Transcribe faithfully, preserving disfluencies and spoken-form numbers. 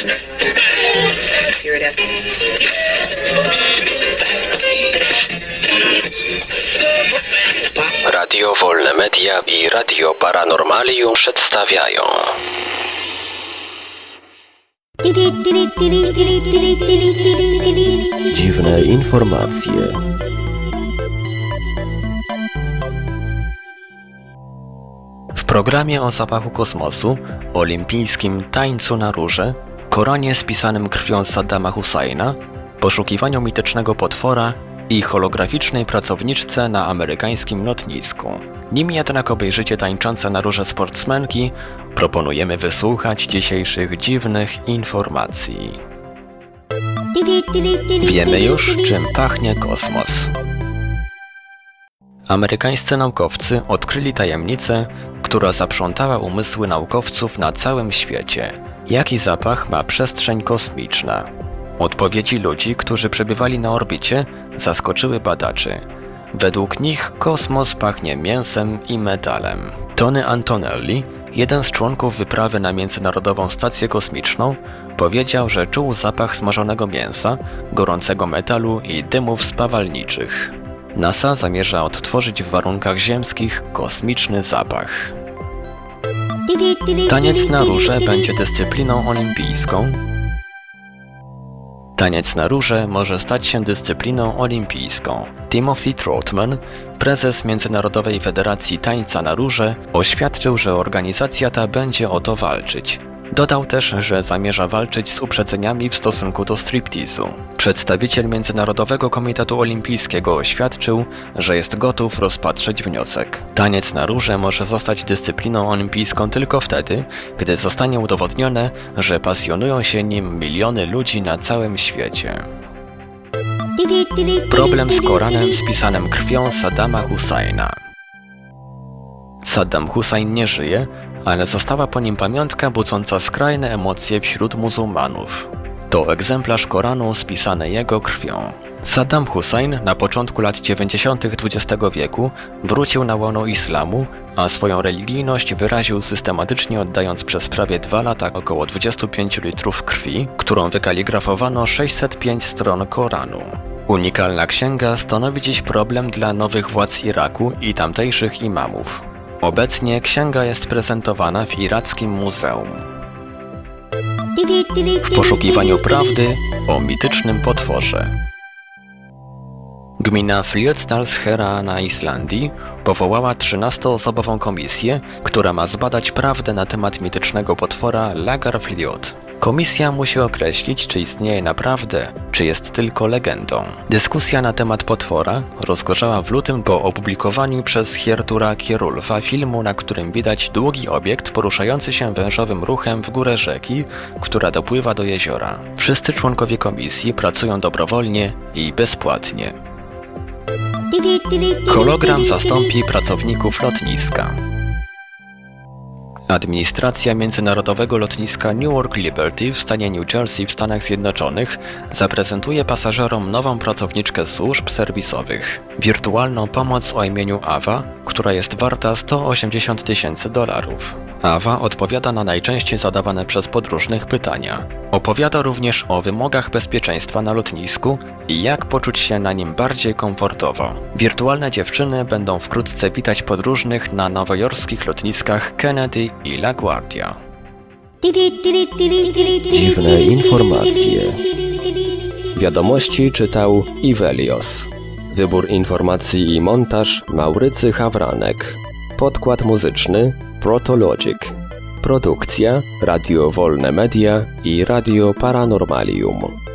Radio Wolne Media i Radio Paranormalium przedstawiają Dziwne informacje. W programie o zapachu kosmosu, olimpijskim tańcu na róże, Koranie spisanym krwią Saddama Husajna, poszukiwaniu mitycznego potwora i holograficznej pracowniczce na amerykańskim lotnisku. Nim jednak obejrzycie tańczące na róże sportsmenki, proponujemy wysłuchać dzisiejszych dziwnych informacji. Wiemy już, czym pachnie kosmos. Amerykańscy naukowcy odkryli tajemnicę, która zaprzątała umysły naukowców na całym świecie. Jaki zapach ma przestrzeń kosmiczna? Odpowiedzi ludzi, którzy przebywali na orbicie, zaskoczyły badaczy. Według nich kosmos pachnie mięsem i metalem. Tony Antonelli, jeden z członków wyprawy na Międzynarodową Stację Kosmiczną, powiedział, że czuł zapach smażonego mięsa, gorącego metalu i dymów spawalniczych. NASA zamierza odtworzyć w warunkach ziemskich kosmiczny zapach. Taniec na róże będzie dyscypliną olimpijską. Taniec na róże może stać się dyscypliną olimpijską. Timothy Troutman, prezes Międzynarodowej Federacji Tańca na róże, oświadczył, że organizacja ta będzie o to walczyć. Dodał też, że zamierza walczyć z uprzedzeniami w stosunku do striptizu. Przedstawiciel Międzynarodowego Komitetu Olimpijskiego oświadczył, że jest gotów rozpatrzeć wniosek. Taniec na róże może zostać dyscypliną olimpijską tylko wtedy, gdy zostanie udowodnione, że pasjonują się nim miliony ludzi na całym świecie. Problem z Koranem spisanym krwią Saddama Husajna. Saddam Husajn nie żyje, ale została po nim pamiątka budząca skrajne emocje wśród muzułmanów. To egzemplarz Koranu spisany jego krwią. Saddam Husajn na początku lat dziewięćdziesiątych dwudziestego wieku wrócił na łono islamu, a swoją religijność wyraził systematycznie oddając przez prawie dwa lata około dwadzieścia pięć litrów krwi, którą wykaligrafowano sześćset pięć stron Koranu. Unikalna księga stanowi dziś problem dla nowych władz Iraku i tamtejszych imamów. Obecnie księga jest prezentowana w irackim muzeum. W poszukiwaniu prawdy o mitycznym potworze. Gmina Fljótsdalshera na Islandii powołała trzynastoosobową komisję, która ma zbadać prawdę na temat mitycznego potwora Lagarfljót. Komisja musi określić, czy istnieje naprawdę, czy jest tylko legendą. Dyskusja na temat potwora rozgorzała w lutym po opublikowaniu przez Hjörtura Kjerulfa filmu, na którym widać długi obiekt poruszający się wężowym ruchem w górę rzeki, która dopływa do jeziora. Wszyscy członkowie komisji pracują dobrowolnie i bezpłatnie. Hologram zastąpi pracowników lotniska. Administracja Międzynarodowego Lotniska Newark Liberty w stanie New Jersey w Stanach Zjednoczonych zaprezentuje pasażerom nową pracowniczkę służb serwisowych. Wirtualną pomoc o imieniu Awa, która jest warta sto osiemdziesiąt tysięcy dolarów. Awa odpowiada na najczęściej zadawane przez podróżnych pytania. Opowiada również o wymogach bezpieczeństwa na lotnisku i jak poczuć się na nim bardziej komfortowo. Wirtualne dziewczyny będą wkrótce witać podróżnych na nowojorskich lotniskach Kennedy i LaGuardia. Dziwne informacje. Wiadomości czytał Ivelios. Wybór informacji i montaż Maurycy Hawranek. Podkład muzyczny Protologic. Produkcja Radio Wolne Media i Radio Paranormalium.